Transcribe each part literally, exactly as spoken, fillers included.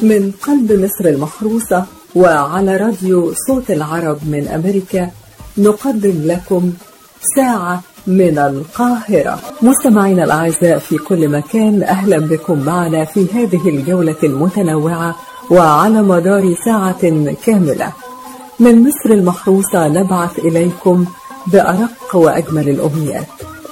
من قلب مصر المحروسة وعلى راديو صوت العرب من أمريكا نقدم لكم ساعة من القاهرة. مستمعينا الأعزاء في كل مكان، أهلا بكم معنا في هذه الجولة المتنوعة وعلى مدار ساعة كاملة من مصر المحروسة نبعث إليكم بأرق وأجمل الأمنيات،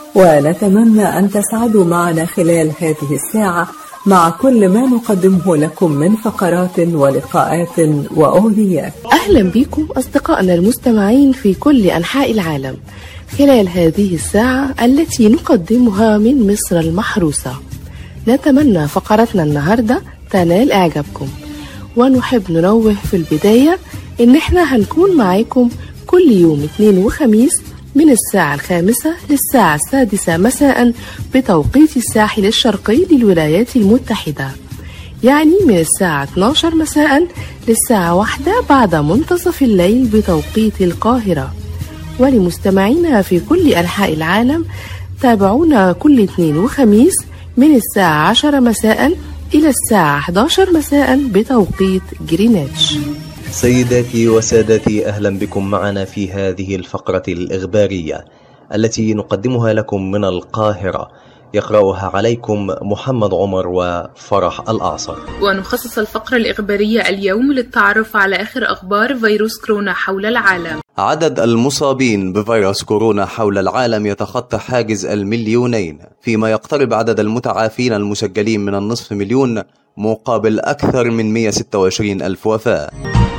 ونتمنى أن تسعدوا معنا خلال هذه الساعة مع كل ما نقدمه لكم من فقرات ولقاءات وأغنيات. أهلا بكم أصدقائنا المستمعين في كل أنحاء العالم خلال هذه الساعة التي نقدمها من مصر المحروسة. نتمنى فقرتنا النهاردة تنال إعجابكم، ونحب ننوه في البداية إن احنا هنكون معاكم كل يوم اثنين وخميس من الساعة الخامسة للساعة السادسة مساء بتوقيت الساحل الشرقي للولايات المتحدة، يعني من الساعة اثناشر مساء للساعة واحدة بعد منتصف الليل بتوقيت القاهرة. ولمستمعينا في كل أنحاء العالم تابعونا كل اثنين وخميس من الساعة عشرة مساء إلى الساعة إحدى عشرة مساء بتوقيت جرينتش. سيداتي وسادتي، أهلا بكم معنا في هذه الفقرة الإخبارية التي نقدمها لكم من القاهرة. يقرأها عليكم محمد عمر وفرح الأعصر. ونخصص الفقرة الإخبارية اليوم للتعرف على آخر أخبار فيروس كورونا حول العالم. عدد المصابين بفيروس كورونا حول العالم يتخطى حاجز المليونين، فيما يقترب عدد المتعافين المسجلين من النصف مليون مقابل أكثر من مئة وستة وعشرين ألف وفاة.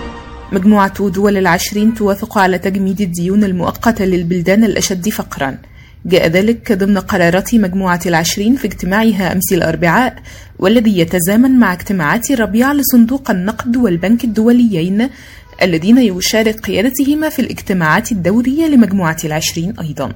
مجموعة دول العشرين توافق على تجميد الديون المؤقتة للبلدان الأشد فقرا. جاء ذلك ضمن قرارات مجموعة العشرين في اجتماعها أمس الأربعاء، والذي يتزامن مع اجتماعات الربيع لصندوق النقد والبنك الدوليين الذين يشارك قيادتهما في الاجتماعات الدورية لمجموعة العشرين أيضا.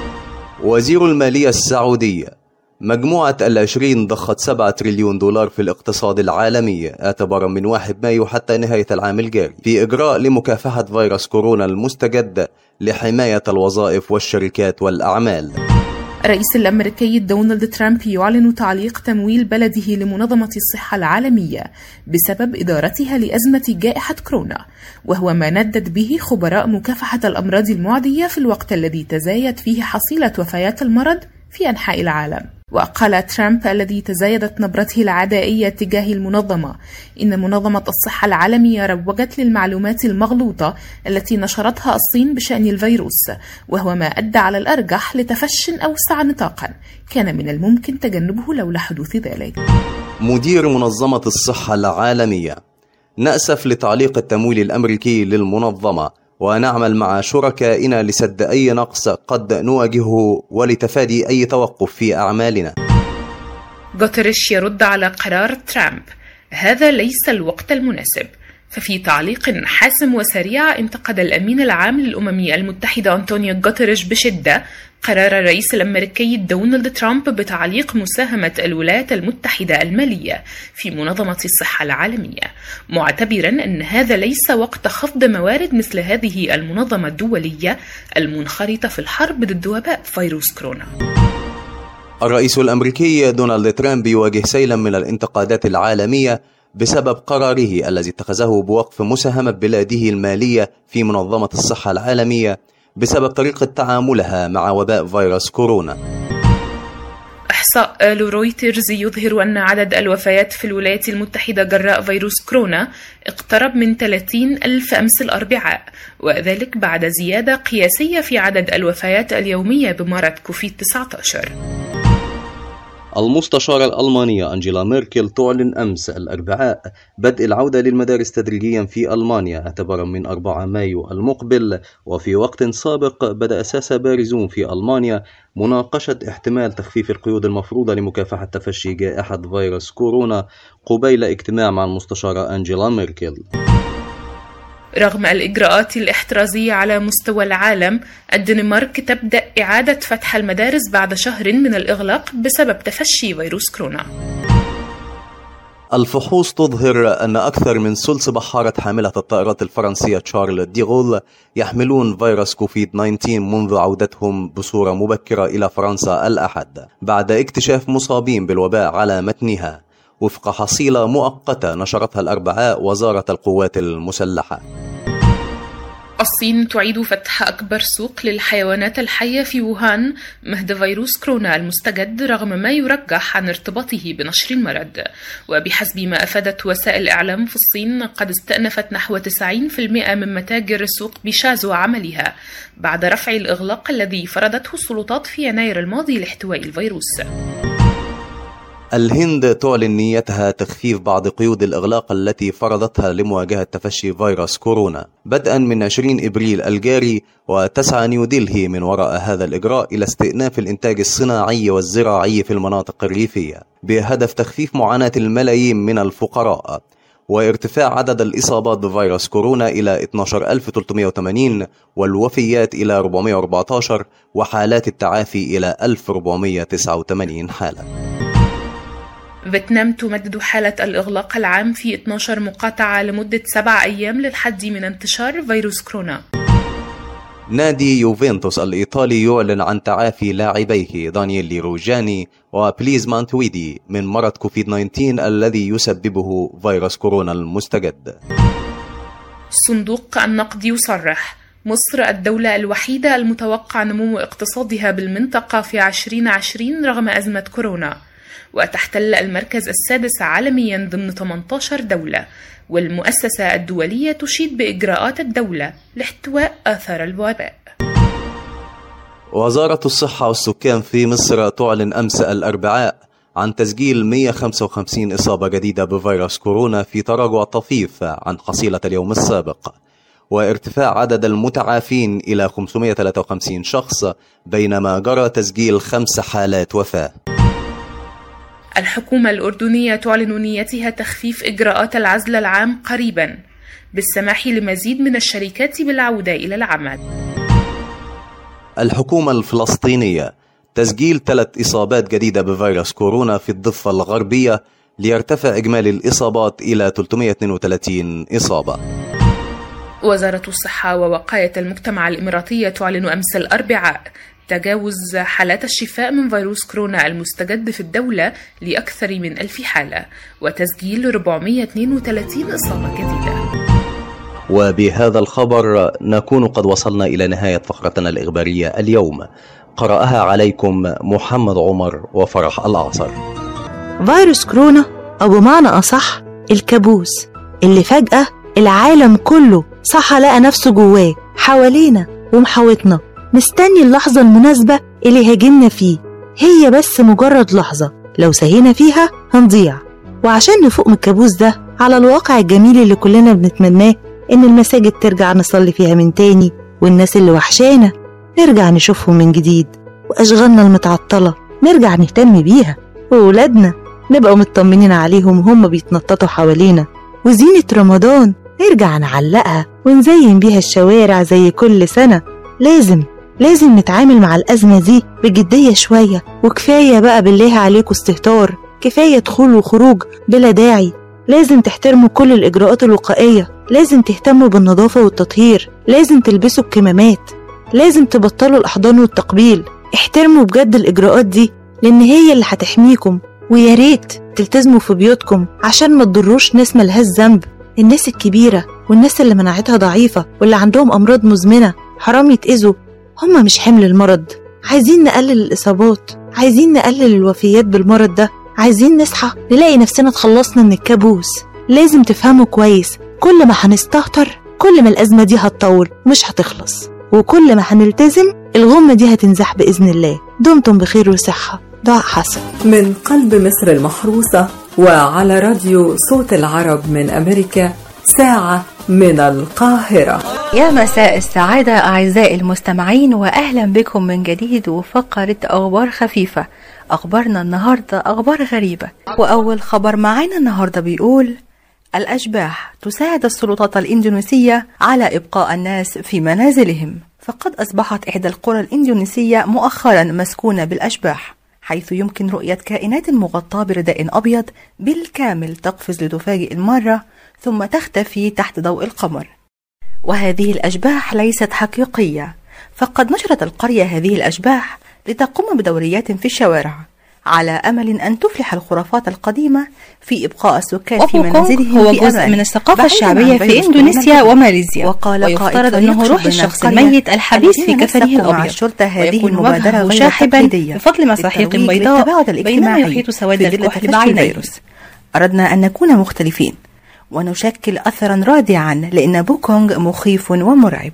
وزير المالية السعودي: مجموعة العشرين ضخت سبعة تريليون دولار في الاقتصاد العالمي اعتبارا من واحد مايو حتى نهاية العام الجاري في إجراء لمكافحة فيروس كورونا المستجد لحماية الوظائف والشركات والأعمال. الرئيس الأمريكي دونالد ترامب يعلن تعليق تمويل بلده لمنظمة الصحة العالمية بسبب إدارتها لأزمة جائحة كورونا، وهو ما ندد به خبراء مكافحة الأمراض المعدية في الوقت الذي تزايد فيه حصيلة وفيات المرض في أنحاء العالم. وقال ترامب الذي تزايدت نبرته العدائية تجاه المنظمة إن منظمة الصحة العالمية روجت للمعلومات المغلوطة التي نشرتها الصين بشأن الفيروس، وهو ما أدى على الأرجح لتفشٍ أوسع نطاقا كان من الممكن تجنبه لولا حدوث ذلك. مدير منظمة الصحة العالمية: نأسف لتعليق التمويل الأمريكي للمنظمة، ونعمل مع شركائنا لسد أي نقص قد نواجهه ولتفادي أي توقف في أعمالنا. غوتيريش يرد على قرار ترامب: هذا ليس الوقت المناسب. ففي تعليق حاسم وسريع انتقد الأمين العام للأمم المتحدة أنطونيو غوتيريش بشدة قرار الرئيس الأمريكي دونالد ترامب بتعليق مساهمة الولايات المتحدة المالية في منظمة الصحة العالمية، معتبرا أن هذا ليس وقت خفض موارد مثل هذه المنظمة الدولية المنخرطة في الحرب ضد وباء فيروس كورونا. الرئيس الأمريكي دونالد ترامب يواجه سيلا من الانتقادات العالمية بسبب قراره الذي اتخذه بوقف مساهمة بلاده المالية في منظمة الصحة العالمية بسبب طريقة تعاملها مع وباء فيروس كورونا. إحصاء آل رويترز يظهر أن عدد الوفيات في الولايات المتحدة جراء فيروس كورونا اقترب من ثلاثين ألف أمس الأربعاء، وذلك بعد زيادة قياسية في عدد الوفيات اليومية بمرض كوفيد تسعة عشر. المستشارة الألمانية أنجيلا ميركل تعلن أمس الأربعاء بدء العودة للمدارس تدريجيا في ألمانيا اعتبارا من أربعة مايو المقبل. وفي وقت سابق بدأ ساسة بارزون في ألمانيا مناقشة احتمال تخفيف القيود المفروضة لمكافحة تفشي جائحة فيروس كورونا قبيل اجتماع مع المستشارة أنجيلا ميركل. رغم الإجراءات الاحترازية على مستوى العالم، الدنمارك تبدأ إعادة فتح المدارس بعد شهر من الإغلاق بسبب تفشي فيروس كورونا. الفحوص تظهر أن أكثر من ثلث بحارة حاملة الطائرات الفرنسية تشارل ديغول يحملون فيروس كوفيد تسعة عشر منذ عودتهم بصورة مبكرة إلى فرنسا الأحد بعد اكتشاف مصابين بالوباء على متنها. وفق حصيلة مؤقتة نشرتها الأربعاء وزارة القوات المسلحة. الصين تعيد فتح أكبر سوق للحيوانات الحية في ووهان مهد فيروس كورونا المستجد رغم ما يرجح عن ارتباطه بنشر المرض. وبحسب ما أفادت وسائل إعلام في الصين قد استأنفت نحو تسعين بالمئة من متاجر السوق بشازو عملها بعد رفع الإغلاق الذي فرضته السلطات في يناير الماضي لاحتواء الفيروس. الهند تعلن نيتها تخفيف بعض قيود الإغلاق التي فرضتها لمواجهة تفشي فيروس كورونا بدءا من عشرين إبريل الجاري، وتسعى نيودلهي من وراء هذا الإجراء إلى استئناف الإنتاج الصناعي والزراعي في المناطق الريفية بهدف تخفيف معاناة الملايين من الفقراء وارتفاع عدد الإصابات بفيروس كورونا إلى اثني عشر ألف وثلاثمئة وثمانين والوفيات إلى أربعمئة وأربعة عشر وحالات التعافي إلى ألف وأربعمئة وتسعة وثمانين حالة. فيتنام تمدد حالة الإغلاق العام في اثنتي عشرة مقاطعة لمدة سبع أيام للحد من انتشار فيروس كورونا. نادي يوفنتوس الإيطالي يعلن عن تعافي لاعبيه دانييلي روجاني وبليز مانتويدي من مرض كوفيد تسعة عشر الذي يسببه فيروس كورونا المستجد. صندوق النقد يصرح مصر الدولة الوحيدة المتوقع نمو اقتصادها بالمنطقة في عشرين عشرين رغم أزمة كورونا، وتحتل المركز السادس عالميا ضمن ثمانية عشر دولة، والمؤسسة الدولية تشيد بإجراءات الدولة لاحتواء آثار الوباء. وزارة الصحة والسكان في مصر تعلن أمس الأربعاء عن تسجيل مئة وخمسة وخمسين إصابة جديدة بفيروس كورونا في تراجع طفيف عن حصيلة اليوم السابق، وارتفاع عدد المتعافين إلى خمسمئة وثلاثة وخمسين شخص، بينما جرى تسجيل خمس حالات وفاة. الحكومة الأردنية تعلن نيتها تخفيف إجراءات العزل العام قريبا بالسماح لمزيد من الشركات بالعودة إلى العمل. الحكومة الفلسطينية تسجيل ثلاث إصابات جديدة بفيروس كورونا في الضفة الغربية ليرتفع إجمالي الإصابات إلى ثلاثمئة واثنين وثلاثين إصابة. وزارة الصحة ووقاية المجتمع الإماراتية تعلن أمس الأربعاء تجاوز حالات الشفاء من فيروس كورونا المستجد في الدولة لأكثر من ألف حالة وتسجيل أربعمئة واثنين وثلاثين إصابة جديدة. وبهذا الخبر نكون قد وصلنا إلى نهاية فقرتنا الإخبارية اليوم. قرأها عليكم محمد عمر وفرح الأعصر. فيروس كورونا أو بمعنى أصح الكابوس اللي فجأة العالم كله صحى لقى نفسه جواه حوالينا ومحاوطنا، مستني اللحظة المناسبة اللي هاجمنا فيه. هي بس مجرد لحظة لو سهينا فيها هنضيع. وعشان نفوق من الكابوس ده على الواقع الجميل اللي كلنا بنتمناه، إن المساجد ترجع نصلي فيها من تاني، والناس اللي وحشانا نرجع نشوفهم من جديد، وأشغالنا المتعطلة نرجع نهتم بيها، وولادنا نبقى مطمنين عليهم هم بيتنططوا حوالينا، وزينة رمضان نرجع نعلقها ونزين بيها الشوارع زي كل سنة. لازم لازم نتعامل مع الأزمة دي بجدية شوية، وكفاية بقى بالله عليكم استهتار، كفاية دخول وخروج بلا داعي. لازم تحترموا كل الإجراءات الوقائية، لازم تهتموا بالنظافة والتطهير، لازم تلبسوا الكمامات، لازم تبطلوا الأحضان والتقبيل. احترموا بجد الإجراءات دي لأن هي اللي هتحميكم، ويا ريت تلتزموا في بيوتكم عشان ما تضروش ناس ملهاش ذنب. الناس الكبيرة والناس اللي مناعتها ضعيفة واللي عندهم أمراض مزمنة حرام يتأذوا، هما مش حمل المرض. عايزين نقلل الإصابات، عايزين نقلل الوفيات بالمرض ده، عايزين نصحى نلاقي نفسنا تخلصنا من الكابوس. لازم تفهموا كويس، كل ما هنستهتر كل ما الأزمة دي هتطول ومش هتخلص، وكل ما هنلتزم الغمة دي هتنزح بإذن الله. دمتم بخير وصحة. دعاء حسن من قلب مصر المحروسة، وعلى راديو صوت العرب من أمريكا، ساعة من القاهرة. يا مساء السعادة أعزائي المستمعين، وأهلا بكم من جديد وفقرة أخبار خفيفة. أخبارنا النهاردة أخبار غريبة، وأول خبر معانا النهاردة بيقول: الأشباح تساعد السلطات الإندونيسية على إبقاء الناس في منازلهم. فقد أصبحت إحدى القرى الإندونيسية مؤخرا مسكونة بالأشباح، حيث يمكن رؤية كائنات مغطاة برداء أبيض بالكامل تقفز لتفاجئ المرة ثم تختفي تحت ضوء القمر. وهذه الأشباح ليست حقيقية، فقد نشرت القرية هذه الأشباح لتقوم بدوريات في الشوارع، على أمل أن تفلح الخرافات القديمة في إبقاء السكان في وبوكونغ منازلهم هو في جزء أمان. من الثقافة بعيداً الشعبية عن في فيروس إندونيسيا كورونا، وماليزيا، وقال ويفترض قائد أنه فريق روح شبان الشخص القرية الميت الحبيس في الذين كفنه نسقوا مع الأبيض، الشرطة هذه ويكون المبادرة وجهه غير شاحبا تقليدية بفضل مساحيق للترويج بيضاء للتباعد بينما الاجتماعي يحيط سواد في ظل الكحل تفشي بعينيه. الفيروس. أردنا أن نكون مختلفين ونشكل أثرا رادعا لأن بوكونغ مخيف ومرعب.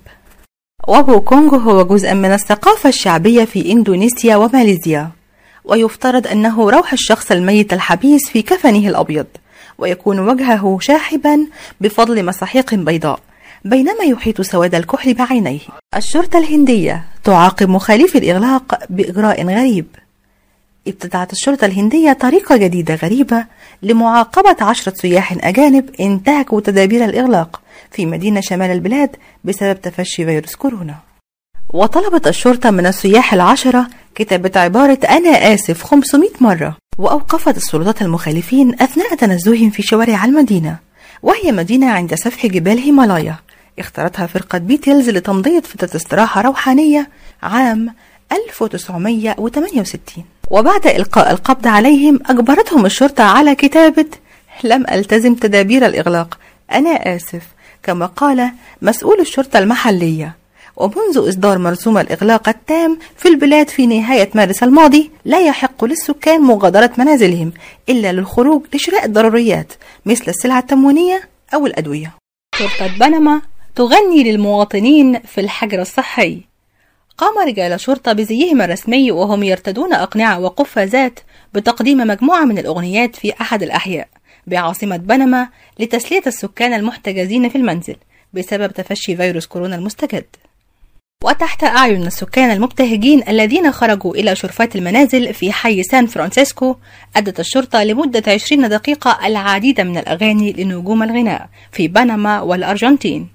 وبوكونغ هو جزء من الثقافة الشعبية في إندونيسيا وماليزيا، ويفترض أنه روح الشخص الميت الحبيس في كفنه الأبيض، ويكون وجهه شاحبا بفضل مساحيق بيضاء بينما يحيط سواد الكحل بعينيه. الشرطة الهندية تعاقب مخالفي الإغلاق بإجراء غريب. ابتدعت الشرطة الهندية طريقة جديدة غريبة لمعاقبة عشرة سياح أجانب انتهكوا تدابير الإغلاق في مدينة شمال البلاد بسبب تفشي فيروس كورونا. وطلبت الشرطة من السياح العشرة كتابة عبارة أنا آسف خمسمائة مرة، وأوقفت السلطات المخالفين أثناء تنزههم في شوارع المدينة، وهي مدينة عند سفح جبال هيمالايا اختارتها فرقة بيتلز لتمضية فترة استراحة روحانية عام ألف وتسعمائة وثمانية وستين. وبعد إلقاء القبض عليهم أجبرتهم الشرطة على كتابة لم ألتزم تدابير الإغلاق أنا آسف، كما قال مسؤول الشرطة المحلية. ومنذ إصدار مرسوم الإغلاق التام في البلاد في نهاية مارس الماضي لا يحق للسكان مغادرة منازلهم إلا للخروج لشراء الضروريات مثل السلع التموينية أو الأدوية. شرطة بنما تغني للمواطنين في الحجر الصحي. قام رجال شرطة بزيهم الرسمي وهم يرتدون أقنعة وقفازات بتقديم مجموعة من الأغنيات في أحد الأحياء بعاصمة بنما لتسلية السكان المحتجزين في المنزل بسبب تفشي فيروس كورونا المستجد. وتحت أعين السكان المبتهجين الذين خرجوا إلى شرفات المنازل في حي سان فرانسيسكو، أدت الشرطة لمدة عشرين دقيقة العديد من الأغاني لنجوم الغناء في بنما والأرجنتين.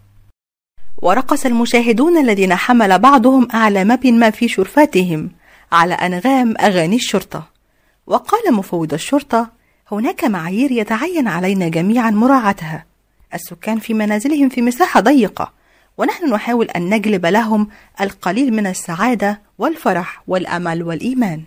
ورقص المشاهدون الذين حمل بعضهم أعلام ما في شرفاتهم على أنغام أغاني الشرطة. وقال مفوض الشرطة هناك معايير يتعين علينا جميعا مراعاتها. السكان في منازلهم في مساحة ضيقة، ونحن نحاول أن نجلب لهم القليل من السعادة والفرح والأمل والإيمان.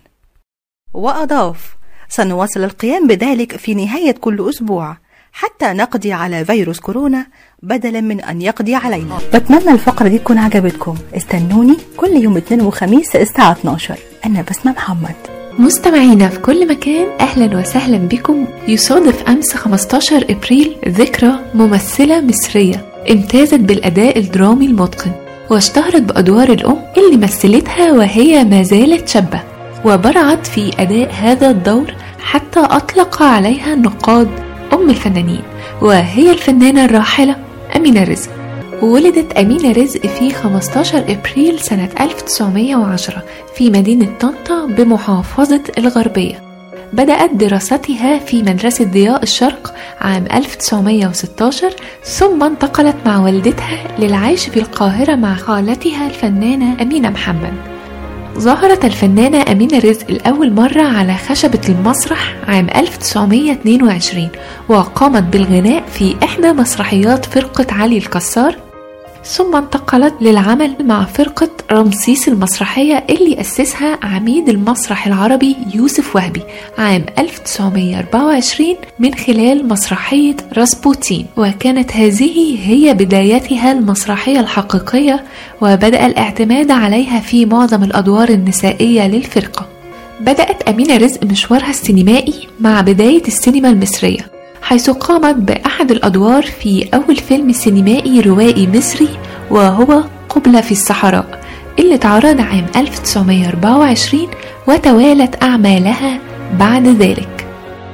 وأضاف سنواصل القيام بذلك في نهاية كل أسبوع حتى نقضي على فيروس كورونا بدلا من أن يقضي علينا. بتمنى الفقرة دي تكون عجبتكم. استنوني كل يوم اثنين وخميس الساعة اثناشر. أنا بسمة محمد. مستمعينا في كل مكان، أهلا وسهلا بكم. يصادف أمس خمستاشر إبريل ذكرى ممثلة مصرية امتازت بالأداء الدرامي المتقن واشتهرت بأدوار الأم اللي مثلتها وهي ما زالت شابة، وبرعت في أداء هذا الدور حتى أطلق عليها النقاد أم الفنانين، وهي الفنانة الراحلة أمينة رزق. ولدت أمينة رزق في خمستاشر إبريل سنة ألف وتسعمائة وعشرة في مدينة طنطا بمحافظة الغربية. بدأت دراستها في مدرسة ضياء الشرق عام ألف وتسعمائة وستة عشر، ثم انتقلت مع والدتها للعيش في القاهرة مع خالتها الفنانة أمينة محمد. ظهرت الفنانة أمينة رزق لأول مرة على خشبة المسرح عام ألف وتسعمائة واثنين وعشرين، وقامت بالغناء في إحدى مسرحيات فرقة علي الكسار، ثم انتقلت للعمل مع فرقة رمسيس المسرحية اللي أسسها عميد المسرح العربي يوسف وهبي عام ألف وتسعمائة وأربعة وعشرين من خلال مسرحية راسبوتين، وكانت هذه هي بدايتها المسرحية الحقيقية، وبدأ الاعتماد عليها في معظم الأدوار النسائية للفرقة. بدأت أمينة رزق مشوارها السينمائي مع بداية السينما المصرية، حيث قامت بأحد الأدوار في أول فيلم سينمائي روائي مصري وهو قبلة في الصحراء اللي اتعرض عام ألف وتسعمائة وأربعة وعشرين، وتوالت أعمالها بعد ذلك.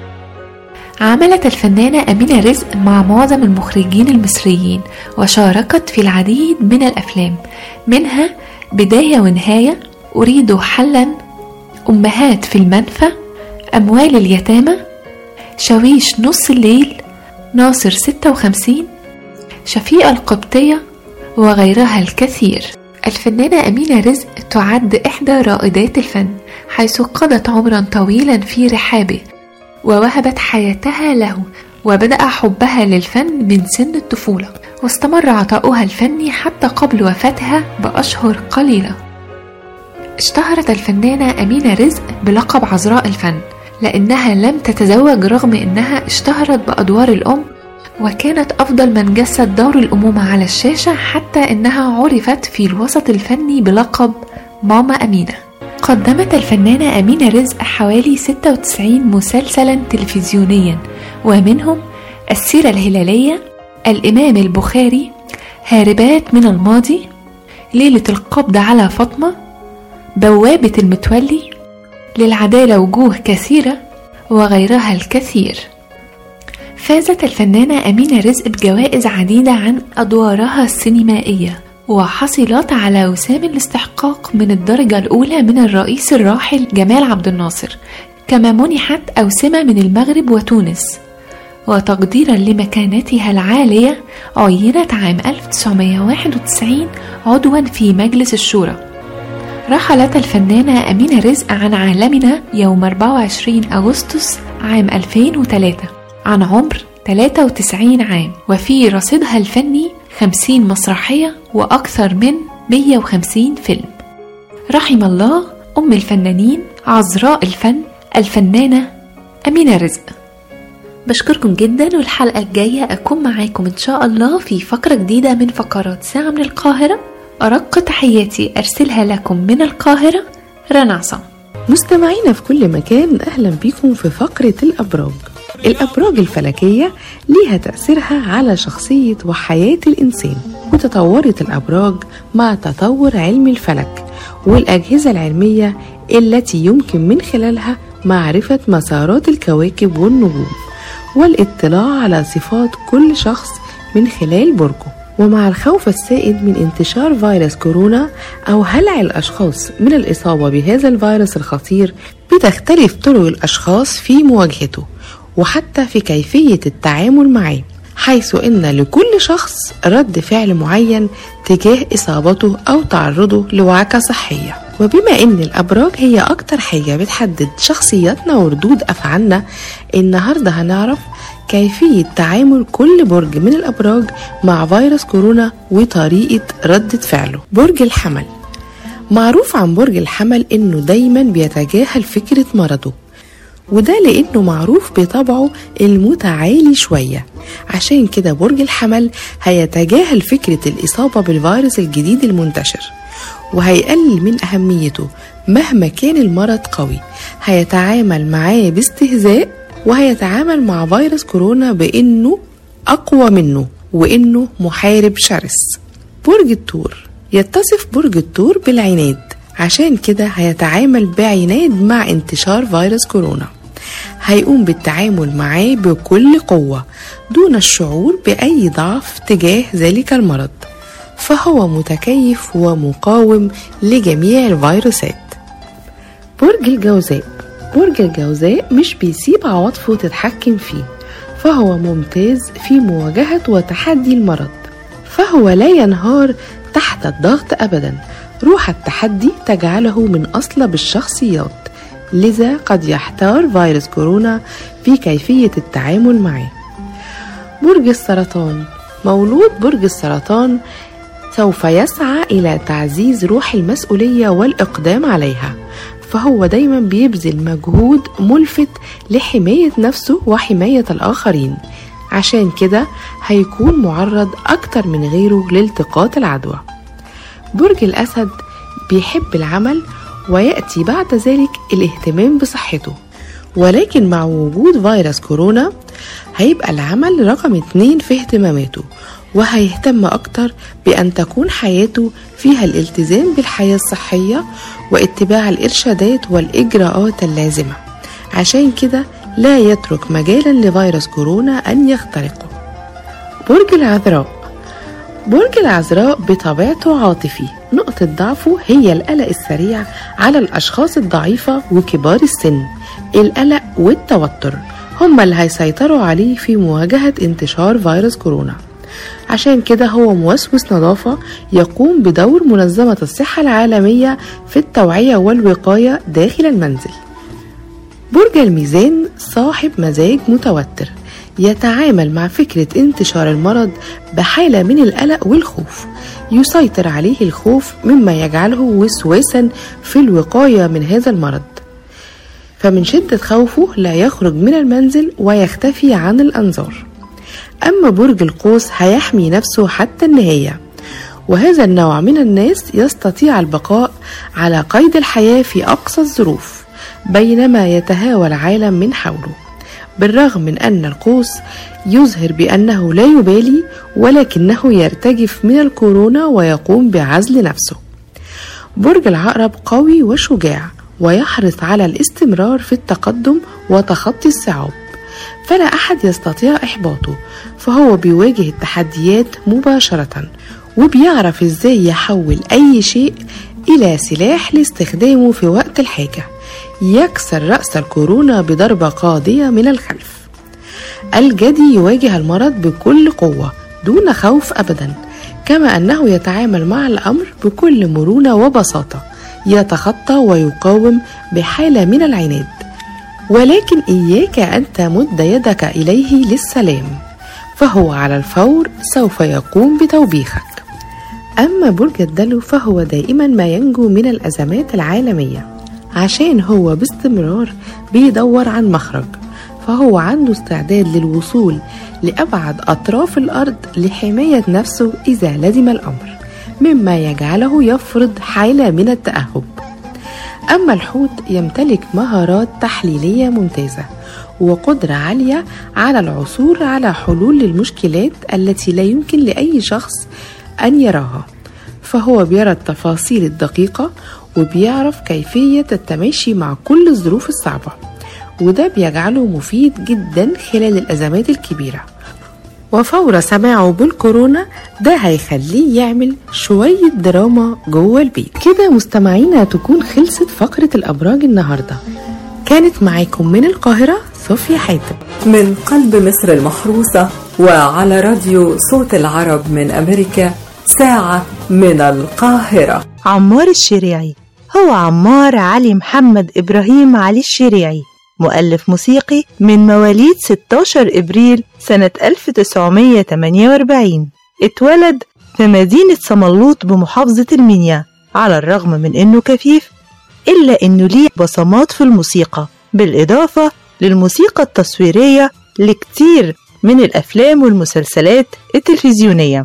عملت الفنانة أمينة رزق مع معظم المخرجين المصريين، وشاركت في العديد من الأفلام، منها بداية ونهاية، أريد حلا، أمهات في المنفى، أموال اليتامى، شويش نص الليل، ناصر ستة وخمسين، شفيقة القبطية، وغيرها الكثير. الفنانة أمينة رزق تعد إحدى رائدات الفن، حيث قضت عمرا طويلا في رحابه ووهبت حياتها له، وبدأ حبها للفن من سن الطفولة، واستمر عطاؤها الفني حتى قبل وفاتها بأشهر قليلة. اشتهرت الفنانة أمينة رزق بلقب عذراء الفن لأنها لم تتزوج رغم أنها اشتهرت بأدوار الأم، وكانت أفضل من جسد دور الأمومة على الشاشة، حتى أنها عرفت في الوسط الفني بلقب ماما أمينة. قدمت الفنانة أمينة رزق حوالي ستة وتسعين مسلسلا تلفزيونيا، ومنهم السيرة الهلالية، الإمام البخاري، هاربات من الماضي، ليلة القبض على فاطمة، بوابة المتولي، للعدالة وجوه كثيرة، وغيرها الكثير. فازت الفنانة أمينة رزق بجوائز عديدة عن أدوارها السينمائية، وحصلت على وسام الاستحقاق من الدرجة الأولى من الرئيس الراحل جمال عبد الناصر، كما منحت أوسمة من المغرب وتونس. وتقديرا لمكانتها العالية عينت عام ألف وتسعمائة وواحد وتسعين عضوا في مجلس الشورى. رحلت الفنانة أمينة رزق عن عالمنا يوم أربعة وعشرين أغسطس عام ألفين وثلاثة عن عمر ثلاثة وتسعين عام، وفي رصيدها الفني خمسين مسرحية وأكثر من مئة وخمسين فيلم. رحم الله أم الفنانين عذراء الفن الفنانة أمينة رزق. بشكركم جدا، والحلقة الجاية أكون معاكم إن شاء الله في فقرة جديدة من فقرات ساعة من القاهرة. أرق تحياتي أرسلها لكم من القاهرة، رنا عصام. مستمعينا في كل مكان، أهلا بكم في فقرة الأبراج. الأبراج الفلكية ليها تأثيرها على شخصية وحياة الإنسان، وتطورت الأبراج مع تطور علم الفلك والأجهزة العلمية التي يمكن من خلالها معرفة مسارات الكواكب والنجوم والاطلاع على صفات كل شخص من خلال برجه. ومع الخوف السائد من انتشار فيروس كورونا أو هلع الأشخاص من الإصابة بهذا الفيروس الخطير، بتختلف طرق الأشخاص في مواجهته وحتى في كيفية التعامل معه، حيث إن لكل شخص رد فعل معين تجاه إصابته أو تعرضه لوعكة صحية. وبما إن الأبراج هي أكتر حاجة بتحدد شخصياتنا وردود أفعالنا، النهاردة هنعرف كيفية تعامل كل برج من الأبراج مع فيروس كورونا وطريقة ردة فعله. برج الحمل. معروف عن برج الحمل إنه دايما بيتجاهل فكرة مرضه، وده لأنه معروف بطبعه المتعالي شوية. عشان كده برج الحمل هيتجاهل فكرة الإصابة بالفيروس الجديد المنتشر، وهيقلل من أهميته مهما كان المرض قوي. هيتعامل معاه باستهزاء، وهيتعامل مع فيروس كورونا بأنه أقوى منه وإنه محارب شرس. برج الثور. يتصف برج الثور بالعناد، عشان كده هيتعامل بعناد مع انتشار فيروس كورونا. هيقوم بالتعامل معاه بكل قوة دون الشعور بأي ضعف تجاه ذلك المرض، فهو متكيف ومقاوم لجميع الفيروسات. برج الجوزاء. برج الجوزاء مش بيسيب عواطفه تتحكم فيه، فهو ممتاز في مواجهة وتحدي المرض، فهو لا ينهار تحت الضغط أبدا. روح التحدي تجعله من أصلب الشخصيات، لذا قد يحتار فيروس كورونا في كيفية التعامل معه. برج السرطان. مولود برج السرطان سوف يسعى إلى تعزيز روح المسؤولية والإقدام عليها، فهو دايما بيبذل مجهود ملفت لحماية نفسه وحماية الآخرين، عشان كده هيكون معرض أكتر من غيره لالتقاط العدوى. برج الأسد. بيحب العمل ويأتي بعد ذلك الاهتمام بصحته، ولكن مع وجود فيروس كورونا هيبقى العمل رقم اتنين في اهتماماته، وهيهتم أكتر بأن تكون حياته فيها الالتزام بالحياة الصحية واتباع الإرشادات والإجراءات اللازمة، عشان كده لا يترك مجالا لفيروس كورونا أن يخترقه. برج العذراء. برج العذراء بطبيعته عاطفي، نقطة ضعفه هي القلق السريع على الأشخاص الضعيفة وكبار السن. القلق والتوتر هم اللي هيسيطروا عليه في مواجهة انتشار فيروس كورونا، عشان كده هو موسوس نظافة يقوم بدور منظمة الصحة العالمية في التوعية والوقاية داخل المنزل. برج الميزان. صاحب مزاج متوتر، يتعامل مع فكرة انتشار المرض بحالة من القلق والخوف، يسيطر عليه الخوف مما يجعله وسواسا في الوقاية من هذا المرض، فمن شدة خوفه لا يخرج من المنزل ويختفي عن الأنظار. أما برج القوس هيحمي نفسه حتى النهاية، وهذا النوع من الناس يستطيع البقاء على قيد الحياة في أقصى الظروف بينما يتهاوى العالم من حوله، بالرغم من أن القوس يظهر بأنه لا يبالي، ولكنه يرتجف من الكورونا ويقوم بعزل نفسه. برج العقرب قوي وشجاع ويحرص على الاستمرار في التقدم وتخطي الصعاب، فلا أحد يستطيع إحباطه، فهو بيواجه التحديات مباشرة وبيعرف إزاي يحول أي شيء إلى سلاح لاستخدامه في وقت الحاجة، يكسر رأس الكورونا بضربة قاضية من الخلف. الجدي يواجه المرض بكل قوة دون خوف أبدا، كما أنه يتعامل مع الأمر بكل مرونة وبساطة، يتخطى ويقاوم بحالة من العناد، ولكن إياك أن تمد يدك إليه للسلام، فهو على الفور سوف يقوم بتوبيخك. أما برج الدلو فهو دائما ما ينجو من الأزمات العالمية، عشان هو باستمرار بيدور عن مخرج، فهو عنده استعداد للوصول لأبعد أطراف الأرض لحماية نفسه إذا لزم الأمر، مما يجعله يفرض حالة من التأهب. أما الحوت يمتلك مهارات تحليلية ممتازة وقدرة عالية على العثور على حلول للمشكلات التي لا يمكن لأي شخص أن يراها، فهو بيرى التفاصيل الدقيقة وبيعرف كيفية التماشي مع كل الظروف الصعبة، وده بيجعله مفيد جدا خلال الأزمات الكبيرة. وفور سماعه بالكورونا ده هيخليه يعمل شوية دراما جوه البيت. كده مستمعينا تكون خلصت فقرة الأبراج النهاردة. كانت معاكم من القاهرة صوفيا حاتم من قلب مصر المحروسة، وعلى راديو صوت العرب من أمريكا، ساعة من القاهرة. عمار الشريعي هو عمار علي محمد إبراهيم علي الشريعي، مؤلف موسيقي من مواليد ستة عشر إبريل سنة ألف وتسعمية وتمانية وأربعين. اتولد في مدينة صملوط بمحافظة المنيا. على الرغم من إنه كفيف إلا إنه ليه بصمات في الموسيقى، بالإضافة للموسيقى التصويرية لكتير من الأفلام والمسلسلات التلفزيونية.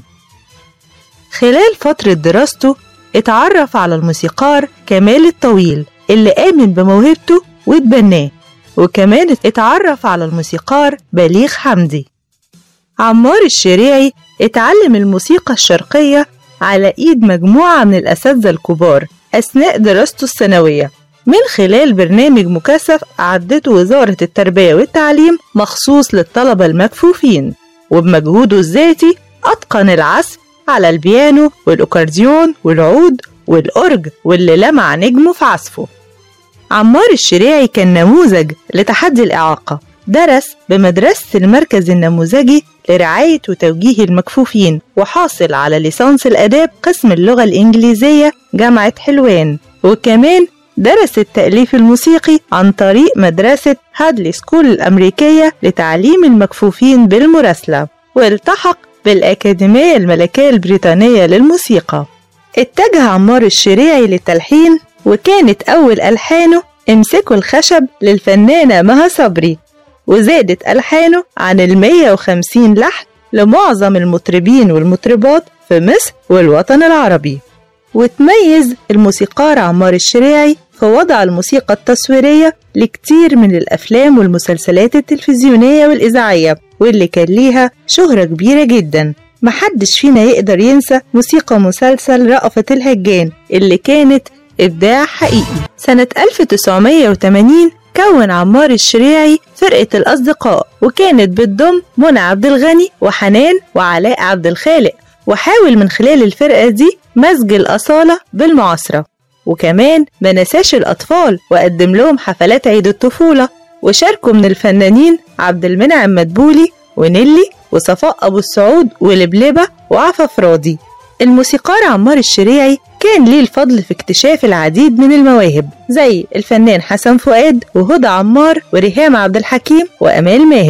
خلال فترة دراسته اتعرف على الموسيقار كمال الطويل اللي آمن بموهبته واتبناه، وكمان اتعرف على الموسيقار بليغ حمدي. عمار الشريعي اتعلم الموسيقى الشرقية على إيد مجموعة من الأساتذة الكبار أثناء دراسته الثانوية، من خلال برنامج مكثف أعدته وزارة التربية والتعليم مخصوص للطلبة المكفوفين، وبمجهوده الذاتي أتقن العزف على البيانو والأكورديون والعود والأورج واللي لمع نجمه في عزفه. عمار الشريعي كان نموذج لتحدي الإعاقة، درس بمدرسة المركز النموذجي لرعاية وتوجيه المكفوفين، وحاصل على ليسانس الآداب قسم اللغة الإنجليزية جامعة حلوان، وكمان درس التأليف الموسيقي عن طريق مدرسة هادلي سكول الأمريكية لتعليم المكفوفين بالمراسلة، والتحق بالأكاديمية الملكية البريطانية للموسيقى. اتجه عمار الشريعي للتلحين، وكانت أول ألحانه امسكوا الخشب للفنانة مها صبري، وزادت ألحانه عن المية وخمسين لحن لمعظم المطربين والمطربات في مصر والوطن العربي. وتميز الموسيقار عمار الشريعي في وضع الموسيقى التصويرية لكتير من الأفلام والمسلسلات التلفزيونية والإذاعية، واللي كان ليها شهرة كبيرة جدا. محدش فينا يقدر ينسى موسيقى مسلسل رأفت الهجان اللي كانت إبداع حقيقي. سنة ألف وتسعمية وتمانين كون عمار الشريعي فرقة الأصدقاء، وكانت بتضم منى عبد الغني وحنان وعلاء عبد الخالق، وحاول من خلال الفرقة دي مزج الأصالة بالمعاصرة. وكمان ما نساش الأطفال وقدم لهم حفلات عيد الطفولة، وشاركوا من الفنانين عبد المنعم مدبولي ونيلي وصفاء أبو السعود ولبلبة وعفاف راضي. الموسيقار عمار الشريعي كان ليه الفضل في اكتشاف العديد من المواهب زي الفنان حسن فؤاد وهدى عمار وريهام عبد الحكيم وأمال ماهر.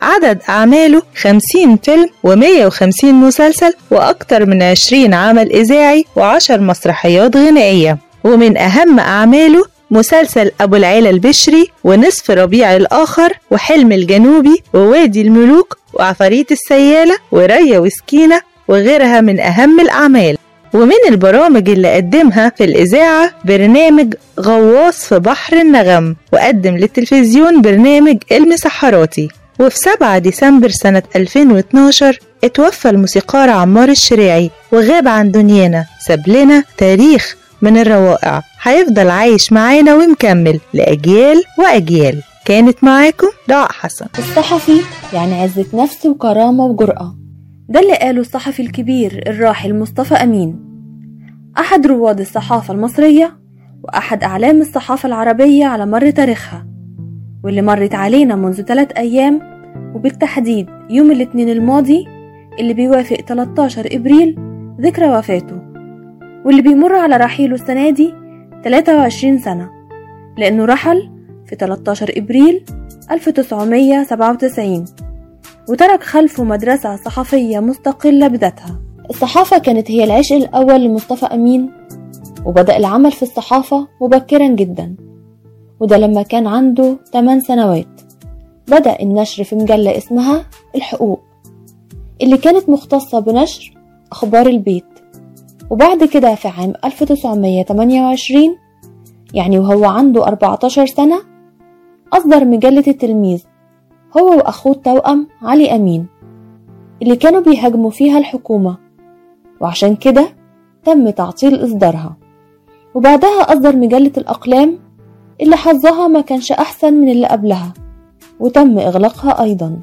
عدد أعماله خمسين فيلم ومية وخمسين مسلسل وأكتر من عشرين عمل إذاعي وعشر مسرحيات غنائية. ومن أهم أعماله مسلسل أبو العيلة البشري ونصف ربيع الآخر وحلم الجنوبي ووادي الملوك وعفاريت السيالة وريا وسكينة وغيرها من أهم الأعمال. ومن البرامج اللي قدمها في الإذاعة برنامج غواص في بحر النغم، وقدم للتلفزيون برنامج المسحراتي. وفي سبعة ديسمبر سنة ألفين واثناشر اتوفى الموسيقار عمار الشريعي وغاب عن دنيانا، ساب لنا تاريخ من الروائع هيفضل عايش معانا ومكمل لأجيال وأجيال. كانت معاكم دعاء حسن. الصحفي يعني عزة نفس وكرامة وجرأة، ده اللي قاله الصحفي الكبير الراحل مصطفى أمين، أحد رواد الصحافة المصرية وأحد أعلام الصحافة العربية على مر تاريخها، واللي مرت علينا منذ ثلاث أيام، وبالتحديد يوم الاثنين الماضي اللي بيوافق ثلاثة عشر إبريل ذكرى وفاته، واللي بيمر على رحيله السنة دي ثلاثة وعشرين سنة، لأنه رحل في ثلاثة عشر إبريل ألف وتسعمية وسبعة وتسعين وترك خلفه مدرسة صحفية مستقلة بذاتها. الصحافة كانت هي العشق الأول لمصطفى أمين، وبدأ العمل في الصحافة مبكرا جدا، وده لما كان عنده ثمان سنوات. بدأ النشر في مجلة اسمها الحقوق اللي كانت مختصة بنشر أخبار البيت، وبعد كده في عام ألف وتسعمية وثمانية وعشرين يعني وهو عنده أربعة عشر سنة أصدر مجلة التلميذ هو وأخوه التوأم علي أمين اللي كانوا بيهاجموا فيها الحكومة، وعشان كده تم تعطيل إصدارها. وبعدها أصدر مجلة الأقلام اللي حظها ما كانش أحسن من اللي قبلها، وتم إغلاقها أيضا.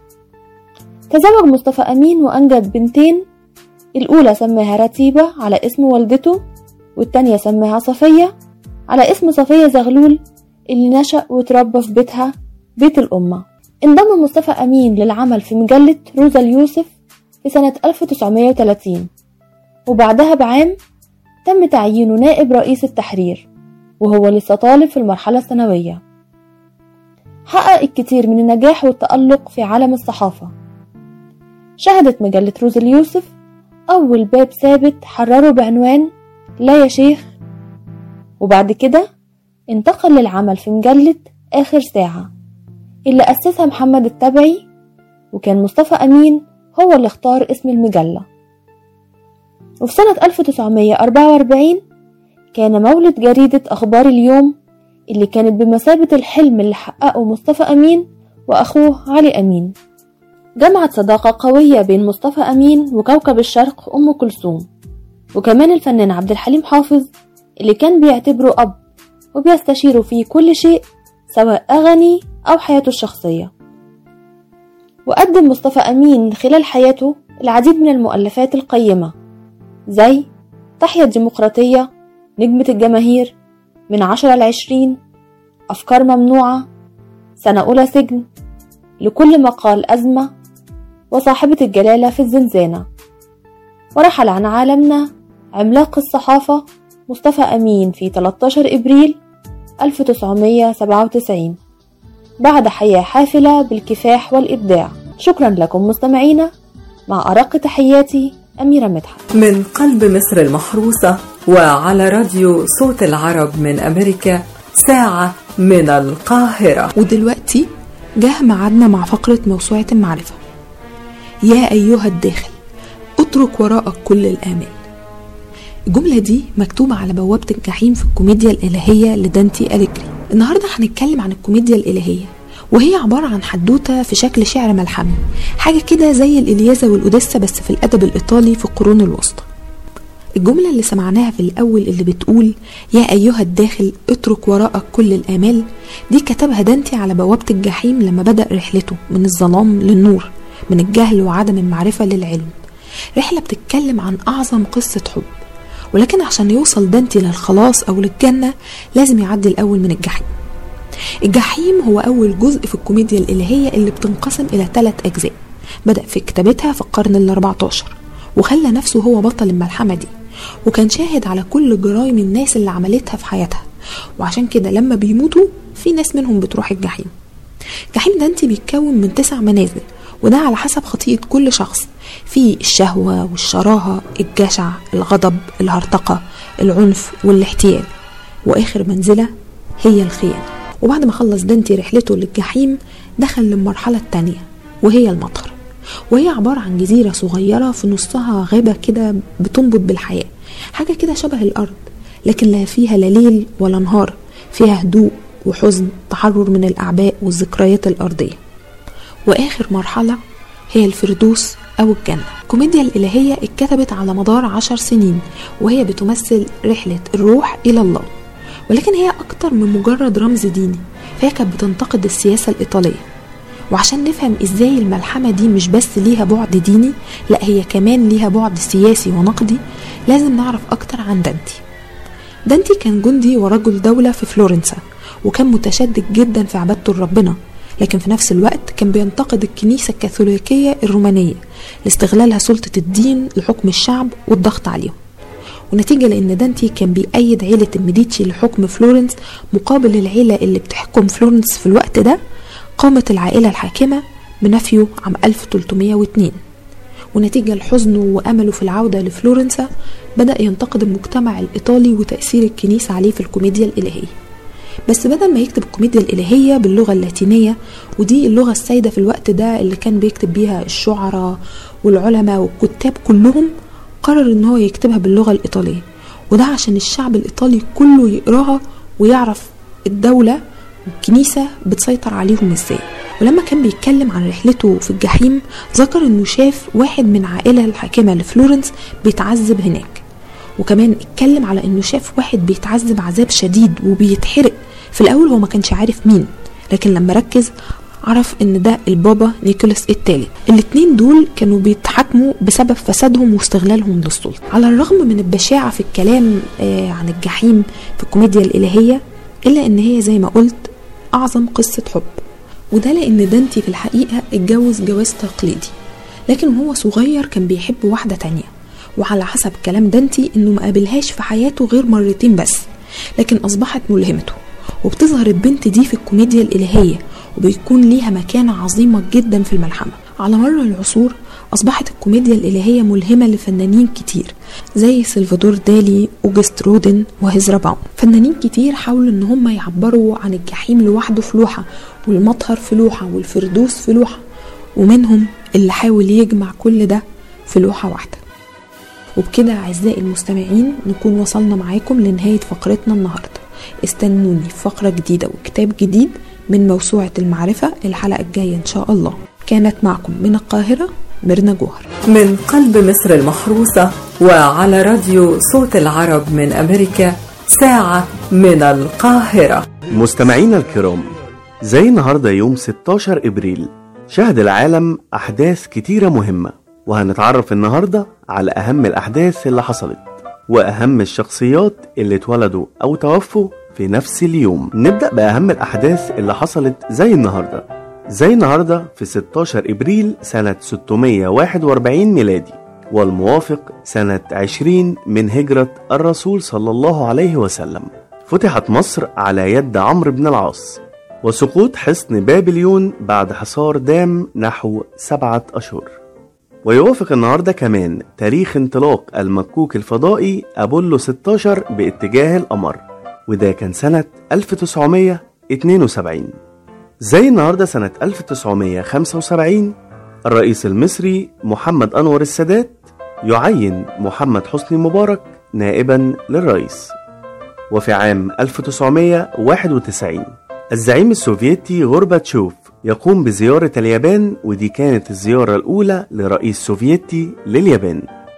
تزوج مصطفى أمين وأنجب بنتين، الأولى سماها رتيبة على اسم والدته، والتانية سماها صفية على اسم صفية زغلول اللي نشأ وتربى في بيتها بيت الأمة. انضم مصطفى أمين للعمل في مجلة روزا اليوسف في سنة ألف وتسعمية وثلاثين، وبعدها بعام تم تعيينه نائب رئيس التحرير وهو لسه طالب في المرحلة الثانوية. حقق الكثير من النجاح والتألق في عالم الصحافة. شهدت مجلة روزا اليوسف أول باب ثابت حرره بعنوان لا يا شيخ، وبعد كده انتقل للعمل في مجلة آخر ساعة اللي أسسها محمد التبعي، وكان مصطفى أمين هو اللي اختار اسم المجلة. وفي سنة ألف وتسعمية وأربعة وأربعين كان مولد جريدة أخبار اليوم اللي كانت بمثابة الحلم اللي حققه مصطفى أمين وأخوه علي أمين. جمعت صداقة قوية بين مصطفى أمين وكوكب الشرق أم كلثوم، وكمان الفنان عبد الحليم حافظ اللي كان بيعتبره أب وبيستشيره في كل شيء سواء أغاني أو حياته الشخصية. وقدم مصطفى أمين خلال حياته العديد من المؤلفات القيمة زي تحيا الديمقراطية، نجمة الجماهير، من عشرة لعشرين، أفكار ممنوعة، سنة أولى سجن، لكل مقال أزمة، وصاحبة الجلالة في الزنزانة. ورحل عن عالمنا عملاق الصحافة مصطفى أمين في ثلاثة عشر إبريل ألف وتسعمية وسبعة وتسعين بعد حياة حافلة بالكفاح والإبداع. شكرا لكم مستمعينا، مع أرق تحياتي أميرة مدحت من قلب مصر المحروسة، وعلى راديو صوت العرب من أمريكا، ساعة من القاهرة. ودلوقتي جه معادنا مع فقرة موسوعة المعرفة. يا أيها الداخل اترك وراءك كل الآمال. الجملة دي مكتوبة على بوابة الجحيم في الكوميديا الإلهية لدانتي أليجري. النهاردة هنتكلم عن الكوميديا الإلهية، وهي عبارة عن حدوتة في شكل شعر ملحمي، حاجة كده زي الإلياذة والأوديسا بس في الأدب الإيطالي في القرون الوسطى. الجملة اللي سمعناها في الأول اللي بتقول يا أيها الداخل اترك وراءك كل الآمال، دي كتبها دانتي على بوابة الجحيم لما بدأ رحلته من الظلام للنور، من الجهل وعدم المعرفة للعلم. رحلة بتتكلم عن أعظم قصة حب، ولكن عشان يوصل دانتي للخلاص أو للجنة لازم يعدي الأول من الجحيم. الجحيم هو أول جزء في الكوميديا الإلهية اللي بتنقسم إلى ثلاث أجزاء. بدأ في كتابتها في القرن الأربعة عشر، وخلى نفسه هو بطل الملحمة دي، وكان شاهد على كل جرائم الناس اللي عملتها في حياتها، وعشان كده لما بيموتوا في ناس منهم بتروح الجحيم. جحيم دانتي بيتكون من تسع منازل، وده على حسب خطيئة كل شخص، في الشهوة والشراهة، الجشع، الغضب، الهرطقة، العنف والاحتيال، وآخر منزلة هي الخيانة. وبعد ما خلص دانتي رحلته للجحيم دخل للمرحلة التانية وهي المطر، وهي عبارة عن جزيرة صغيرة في نصها غابة كده بتنبض بالحياة، حاجة كده شبه الأرض، لكن لا فيها لا ليل ولا نهار، فيها هدوء وحزن، تحرر من الأعباء والذكريات الأرضية. وآخر مرحلة هي الفردوس أو الجنة. الكوميديا الإلهية اتكتبت على مدار عشر سنين، وهي بتمثل رحلة الروح إلى الله، ولكن هي أكتر من مجرد رمز ديني، فهي كانت بتنتقد السياسة الإيطالية. وعشان نفهم إزاي الملحمة دي مش بس ليها بعد ديني، لا هي كمان ليها بعد سياسي ونقدي، لازم نعرف أكتر عن دانتي. دانتي كان جندي ورجل دولة في فلورنسا، وكان متشدد جدا في عبادته لربنا، لكن في نفس الوقت كان بينتقد الكنيسة الكاثوليكية الرومانية لاستغلالها سلطة الدين لحكم الشعب والضغط عليهم. ونتيجة لأن دانتي كان بيأيد عيلة الميديتشي لحكم فلورنس مقابل العيلة اللي بتحكم فلورنس في الوقت ده، قامت العائلة الحاكمة بنفيه عام ألف وثلاثمائة واثنين. ونتيجة لحزنه وأمله في العودة لفلورنسا بدأ ينتقد المجتمع الإيطالي وتأثير الكنيسة عليه في الكوميديا الإلهية، بس بدل ما يكتب الكوميديا الإلهية باللغة اللاتينية، ودي اللغة السائدة في الوقت ده اللي كان بيكتب بيها الشعراء والعلماء والكتاب كلهم، قرر ان هو يكتبها باللغة الإيطالية، وده عشان الشعب الإيطالي كله يقراها ويعرف الدولة والكنيسة بتسيطر عليهم ازاي. ولما كان بيتكلم عن رحلته في الجحيم ذكر انه شاف واحد من عائلة الحاكمة لفلورنس بيتعذب هناك، وكمان اتكلم على انه شاف واحد بيتعذب عذاب شديد وبيتحرق. في الاول هو ما كانش عارف مين، لكن لما ركز عرف ان ده البابا نيكولاس الثالث. الاتنين دول كانوا بيتحاكموا بسبب فسادهم واستغلالهم للسلطة. على الرغم من البشاعة في الكلام آه عن الجحيم في الكوميديا الإلهية، الا ان هي زي ما قلت اعظم قصة حب، وده لان دانتي في الحقيقة اتجوز جواز تقليدي، لكن وهو صغير كان بيحب واحدة تانية، وعلى حسب كلام دانتي انه ما قابلهاش في حياته غير مرتين بس، لكن اصبحت ملهمته. وبتظهر البنت دي في الكوميديا الإلهية، وبيكون ليها مكانة عظيمة جدا في الملحمة. على مر العصور أصبحت الكوميديا الإلهية ملهمة لفنانين كتير زي سلفادور دالي، أوجست رودن، وهزرا باون. فنانين كتير حاولوا ان هم يعبروا عن الجحيم لوحده في لوحة، والمطهر في لوحة، والفردوس في لوحة، ومنهم اللي حاول يجمع كل ده في لوحة واحدة. وبكده أعزائي المستمعين نكون وصلنا معاكم لنهاية فقرتنا النهاردة. استنوني في فقرة جديدة وكتاب جديد من موسوعة المعرفة الحلقة الجاية إن شاء الله. كانت معكم من القاهرة ميرنا جوهر، من قلب مصر المحروسة، وعلى راديو صوت العرب من أمريكا، ساعة من القاهرة. مستمعينا الكرام، زي النهاردة يوم ستاشر إبريل شهد العالم أحداث كتيرة مهمة، وهنتعرف النهاردة على أهم الأحداث اللي حصلت وأهم الشخصيات اللي اتولدوا أو توفوا في نفس اليوم. نبدأ بأهم الأحداث اللي حصلت زي النهاردة. زي النهاردة في ستاشر إبريل سنة ستمائة وواحد وأربعين ميلادي، والموافق سنة عشرين من هجرة الرسول صلى الله عليه وسلم، فتحت مصر على يد عمرو بن العاص، وسقوط حصن بابليون بعد حصار دام نحو سبعة أشهر. ويوافق النهاردة كمان تاريخ انطلاق المكوك الفضائي أبولو ستاشر باتجاه القمر، وده كان سنة ألف وتسعمائة واثنين وسبعين. زي النهاردة سنة ألف وتسعمائة وخمسة وسبعين الرئيس المصري محمد أنور السادات يعين محمد حسني مبارك نائبا للرئيس. وفي عام ألف وتسعمائة وواحد وتسعين الزعيم السوفيتي غورباتشوف يقوم بزيارة اليابان، ودي كانت الزيارة الأولى لرئيس سوفيتي لليابان.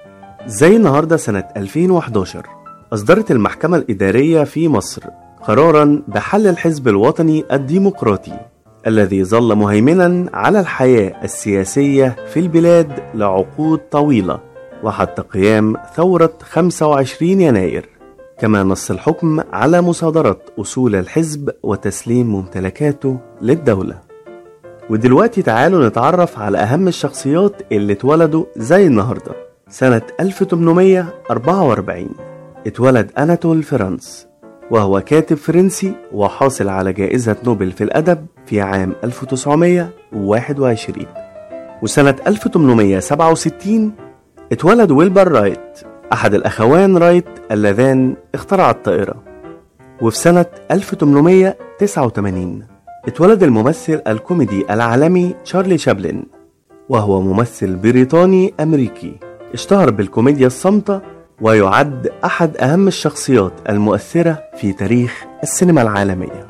زي النهاردة سنة ألفين وأحد عشر أصدرت المحكمة الإدارية في مصر قرارا بحل الحزب الوطني الديمقراطي الذي ظل مهيمنا على الحياة السياسية في البلاد لعقود طويلة وحتى قيام ثورة خمسة وعشرين يناير. كما نص الحكم على مصادرة أصول الحزب وتسليم ممتلكاته للدولة. ودلوقتي تعالوا نتعرف على أهم الشخصيات اللي اتولدوا زي النهاردة. سنة ألف وثمانمائة وأربعة وأربعين اتولد أناتول فرانس، وهو كاتب فرنسي وحاصل على جائزة نوبل في الأدب في عام ألف وتسعمائة وواحد وعشرين. وسنة ألف وثمانمائة وسبعة وستين اتولد ويلبر رايت، أحد الأخوان رايت اللذان اخترعا الطائرة. وفي سنة ألف وثمانمائة وتسعة وثمانين اتولد الممثل الكوميدي العالمي تشارلي شابلن، وهو ممثل بريطاني أمريكي اشتهر بالكوميديا الصامتة، ويعد أحد أهم الشخصيات المؤثرة في تاريخ السينما العالمية.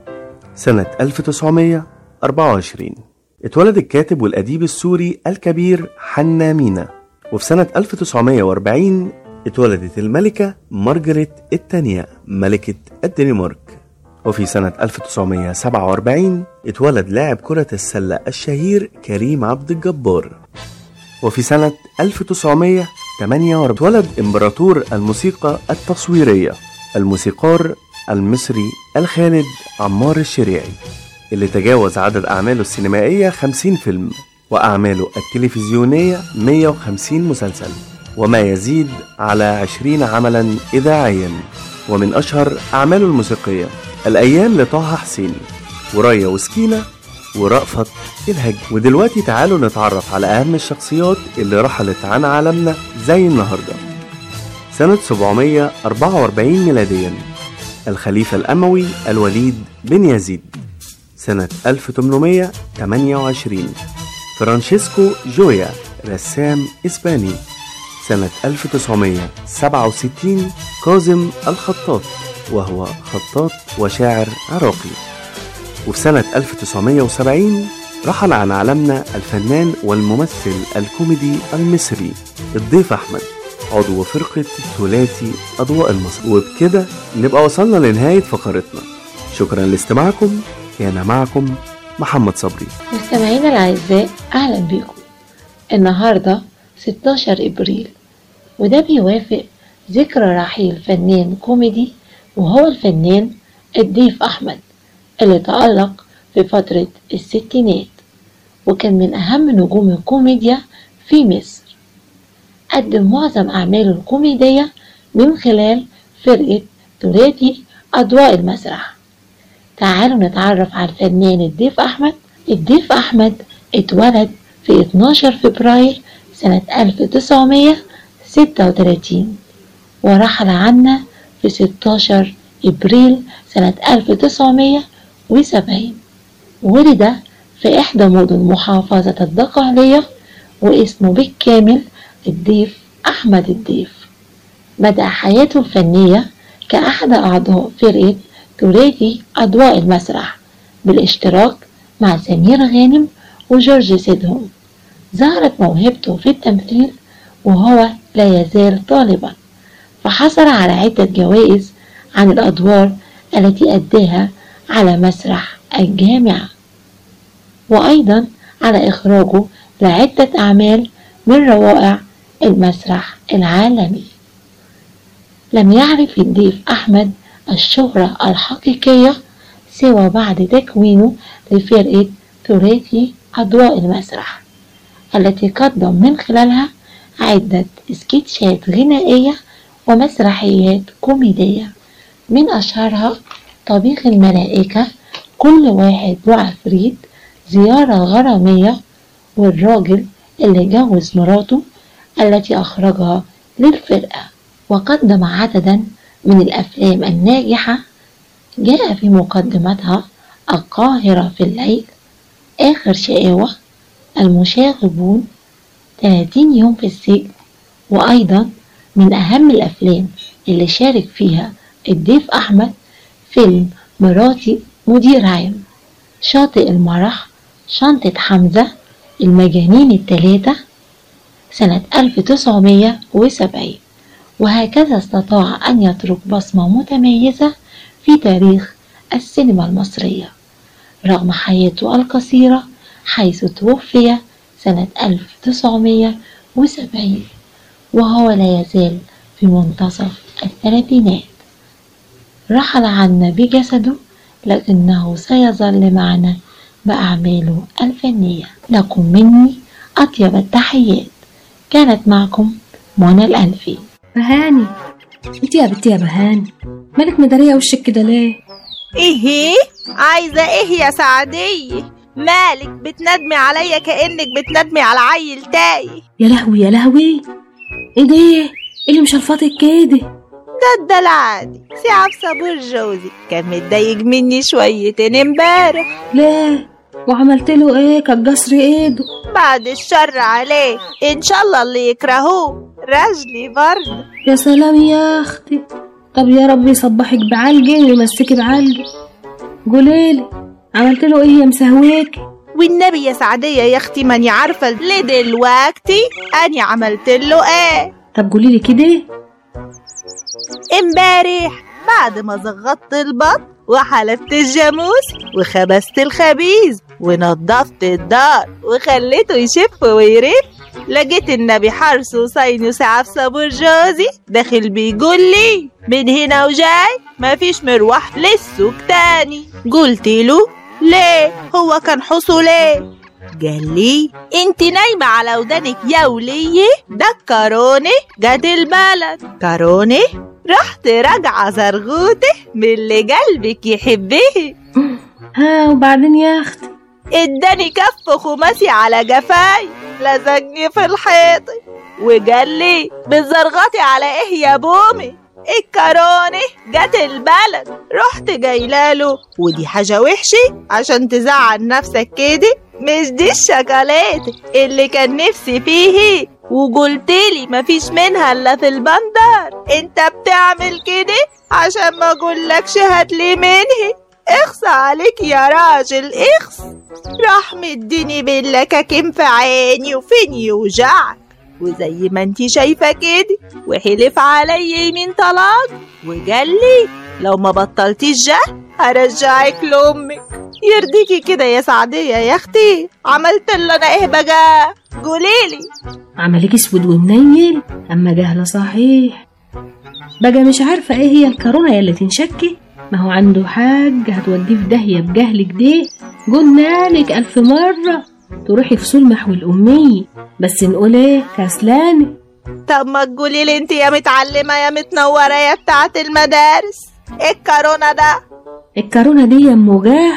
سنة ألف وتسعمائة وأربعة وعشرين اتولد الكاتب والأديب السوري الكبير حنا مينا. وفي سنة ألف وتسعمائة وأربعين اتولدت الملكة مارغريت الثانية ملكة الدنمارك. وفي سنة ألف وتسعمائة وسبعة وأربعين اتولد لاعب كرة السلة الشهير كريم عبد الجبار. وفي سنة ألف وتسعمائة وثمانية وأربعين اتولد إمبراطور الموسيقى التصويرية الموسيقار المصري الخالد عمار الشريعي، اللي تجاوز عدد أعماله السينمائية خمسين فيلم، وأعماله التلفزيونية مئة وخمسين مسلسل، وما يزيد على عشرين عملا إذاعيا. ومن أشهر أعماله الموسيقية الأيام لطه حسين، وريا وسكينة، ورأفت الهج. ودلوقتي تعالوا نتعرف على أهم الشخصيات اللي رحلت عن عالمنا زي النهاردة. سنة سبعمائة وأربعة وأربعين ميلاديا الخليفة الأموي الوليد بن يزيد. سنة ألف وثمانمائة وثمانية وعشرين فرانشيسكو جويا رسام إسباني. سنة ألف وتسعمائة وسبعة وستين كاظم الخطاط، وهو خطاط وشاعر عراقي. وفي سنة ألف وتسعمائة وسبعين رحل عن عالمنا الفنان والممثل الكوميدي المصري الضيف أحمد، عضو فرقة ثلاثي أضواء المصري. وبكده نبقى وصلنا لنهاية فقرتنا. شكرا لاستماعكم، كان معكم محمد صبري. مستمعينا الأعزاء، أهلا بكم. النهاردة ستة عشر إبريل، وده بيوافق ذكرى رحيل فنان كوميدي وهو الفنان الضيف أحمد، اللي تألق في فترة الستينات وكان من أهم نجوم الكوميديا في مصر. قدم معظم أعماله الكوميدية من خلال فرقة ثلاثي أضواء المسرح. تعالوا نتعرف على الفنان الضيف أحمد. الضيف أحمد اتولد في اثني عشر فبراير سنة ألف وتسعمائة وستة وثلاثين، ورحل عنا في ستة عشر إبريل سنة ألف وتسعمائة وسبعين. ولد في إحدى مدن محافظة الدقهلية، واسمه بالكامل الضيف أحمد الضيف. بدأ حياته الفنية كأحد أعضاء فرقة ثلاثي أضواء المسرح بالاشتراك مع سمير غانم وجورج سيدهم. ظهرت موهبته في التمثيل وهو لا يزال طالبا، فحصل على عدة جوائز عن الأدوار التي أداها على مسرح الجامعة، وأيضا على إخراجه لعدة أعمال من روائع المسرح العالمي. لم يعرف الضيف أحمد الشهرة الحقيقية سوى بعد تكوينه لفرقة ثلاثي أضواء المسرح، التي قدم من خلالها عدة سكتشات غنائية ومسرحيات كوميدية، من أشهرها طبيخ الملائكة، كل واحد وعفريت، زيارة غرامية، والراجل اللي جوز مراته، التي أخرجها للفرقة. وقدم عددا من الأفلام الناجحة جاء في مقدمتها القاهرة في الليل، آخر شقاوة، المشاغبون، ثلاثين يوم في السجن. وأيضا من أهم الأفلام اللي شارك فيها الضيف أحمد فيلم مراتي مدير عام، شاطئ المرح، شنطة حمزة، المجانين الثلاثة سنة ألف وتسعمائة وسبعين. وهكذا استطاع أن يترك بصمة متميزة في تاريخ السينما المصرية رغم حياته القصيرة، حيث توفي سنة ألف وتسعمائة وسبعين وهو لا يزال في منتصف الثلاثينات. رحل عنا بجسده، لكنه سيظل معنا بأعماله الفنية. لكم مني أطيب التحيات. كانت معكم منى الألفي. فهاني انت يا بنتي يا بهان، مالك مداريه وشك كده ليه؟ ايه عايزه ايه يا سعديه؟ مالك بتندمي عليا كأنك بتندمي على عيل تايه؟ يا لهوي يا لهوي، ايه ده اللي مشلفطك كده؟ ده الدلع عادي. سي عبد صبور جوزي كان متضايق مني شويتين امبارح. ليه؟ وعملت له ايه؟ كان جسر ايده. بعد الشر عليه، ان شاء الله اللي يكرهوه رجلي برضه. يا سلام يا اختي. طب يا رب يصبحك بعلقه ويمسكي بعلقه. قوليلي عملت له ايه يا مسهويك؟ والنبي يا سعديه يا اختي ماني عارفه لدلوقتي اني عملت له ايه. طب قوليلي كده. امبارح بعد ما زغطت البط وحلفت الجاموس وخبزت الخبيز ونضفت الدار وخليته يشف ويرف، لقيت النبي حرس وصين وسعف صبور جوزي داخل بيقول لي من هنا وجاي مفيش مروح للسوق تاني. قلت له ليه؟ هو كان حصو ليه؟ قال لي انت نايمة على ودانك يا ولية، ده الكارونة جات البلد. كارونة؟ رحت راجعة زرغوته من اللي قلبك يحبه. ها وبعدين يا اختي؟ اداني كف خماسي على جفاي، لزقني في الحيط وقال لي بتزرغطي على ايه يا بومي؟ الكارونة جات البلد. رحت جايلاله ودي حاجة وحشة عشان تزعل نفسك كده، مش دي الشوكولاتة اللي كان نفسي فيه وقلتلي مفيش منها الا في البندر. انت بتعمل كده عشان ما اقولكش هاتلي منه. اخص عليك يا راجل اخص. راح مديني باللكاكين في عيني وفين يوجعك وزي ما انتي شايفة كده، وحلف علي يمين طلاق وقال لي لو ما بطلتيش جهل هرجعك لأمك. يرضيكي كده يا سعدية يا اختي؟ عملت له انا ايه بقى؟ قوليلي. عملك اسود ومنيل اما جهلة صحيح. بقى مش عارفة ايه هي الكورونا يلي تنشكي؟ ما هو عنده حاج هتوديه في داهية بجهلك ده. قلنالك ألف مرة تروحي في سلمح والأمية، بس نقول ايه؟ كسلانة. طب ما تقوليلي انت يا متعلمة يا متنورة يا بتاعة المدارس، ايه الكورونا ده؟ الكورونا دي يا موجاه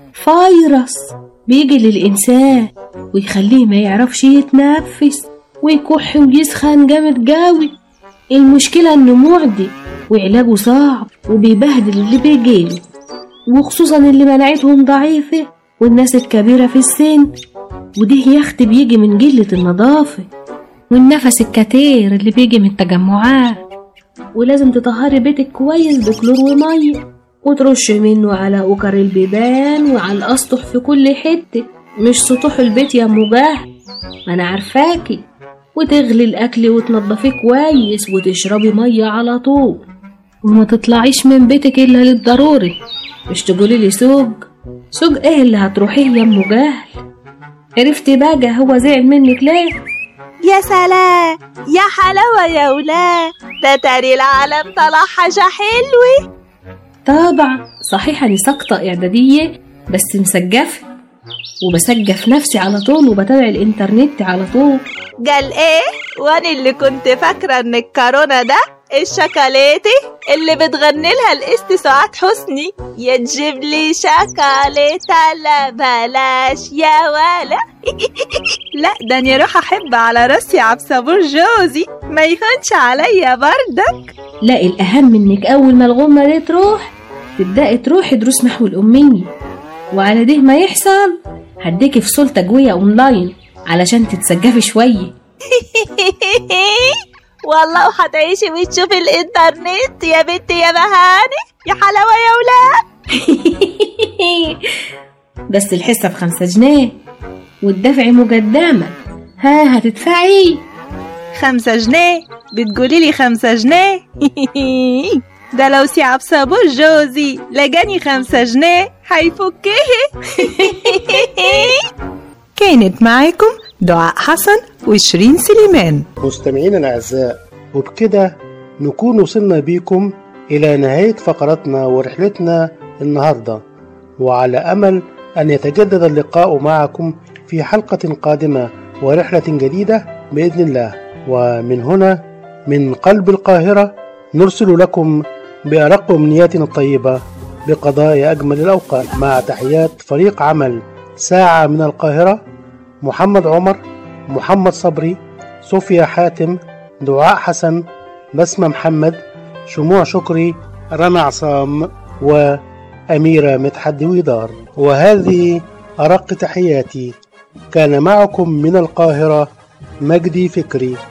فيروس بيجي للإنسان ويخليه ما يعرفش يتنفس ويكح ويسخن جامد قوي. المشكلة انه معدي وعلاجه صعب وبيبهدل اللي بيجيله، وخصوصا اللي مناعتهم ضعيفة والناس الكبيرة في السن. وده يا اختي بيجي من قلة النظافة والنفس الكتير اللي بيجي من التجمعات. ولازم تطهري بيتك كويس بكلور ومية وترش منه على أوكر البيبان وعلى الأسطح في كل حتة، مش سطوح البيت يا مجاه، ما أنا عارفاكي. وتغلي الأكل وتنضفيه كويس وتشربي مية على طول، وما تطلعيش من بيتك إلا للضروري. مش تقولي لي سوق سوق إيه اللي هتروحيه يا أم جهل؟ عرفتي بقى هو زعل منك ليه؟ يا سلام يا حلاوة يا ولاد، ده تاري العالم طلع حاجة حلوة. طبعا صحيح أني ساقطة إعدادية بس مسجفة، وبسجف نفسي على طول وبتابع الإنترنت على طول. قال إيه؟ وأنا اللي كنت فاكرة إن الكورونا ده الشوكولاتة اللي بتغني لها الإست سعاد حسني، يا تجيب لي شوكولاتة لا بلاش يا ولا. لا ده أنا روح أحب على راسي عبد صبور جوزي، ما يهونش عليا بردك. لا الأهم إنك أول ما الغمة دي تروح تبدأي تروحي دروس نحو الأمية، وعلى ده ما يحصل هديكي فصول تجوية أونلاين علشان تتسجفي شوية. والله وهتعيشي وتشوفي الانترنت يا بنتي يا بهاني يا حلاوة يا ولاد. بس الحصة بخمسة جنيه والدفع مقدما. ها هتدفعي خمسة جنيه؟ بتقولي لي خمسة جنيه؟ ده لو سي عبد صبور جوزي لجاني خمسة جنيه هيفكيه. كانت معاكم دعاء حسن وشيرين سليمان. مستمعين الأعزاء، وبكده نكون وصلنا بيكم إلى نهاية فقرتنا ورحلتنا النهاردة، وعلى أمل أن يتجدد اللقاء معكم في حلقة قادمة ورحلة جديدة بإذن الله. ومن هنا من قلب القاهرة نرسل لكم بأرق أمنياتنا الطيبة بقضاء أجمل الأوقات، مع تحيات فريق عمل ساعة من القاهرة: محمد عمر، محمد صبري، صوفيا حاتم، دعاء حسن، بسمة محمد، شموع شكري، رنا عصام، وأميرة مدحت ويدار. وهذه أرق تحياتي. كان معكم من القاهرة مجدي فكري.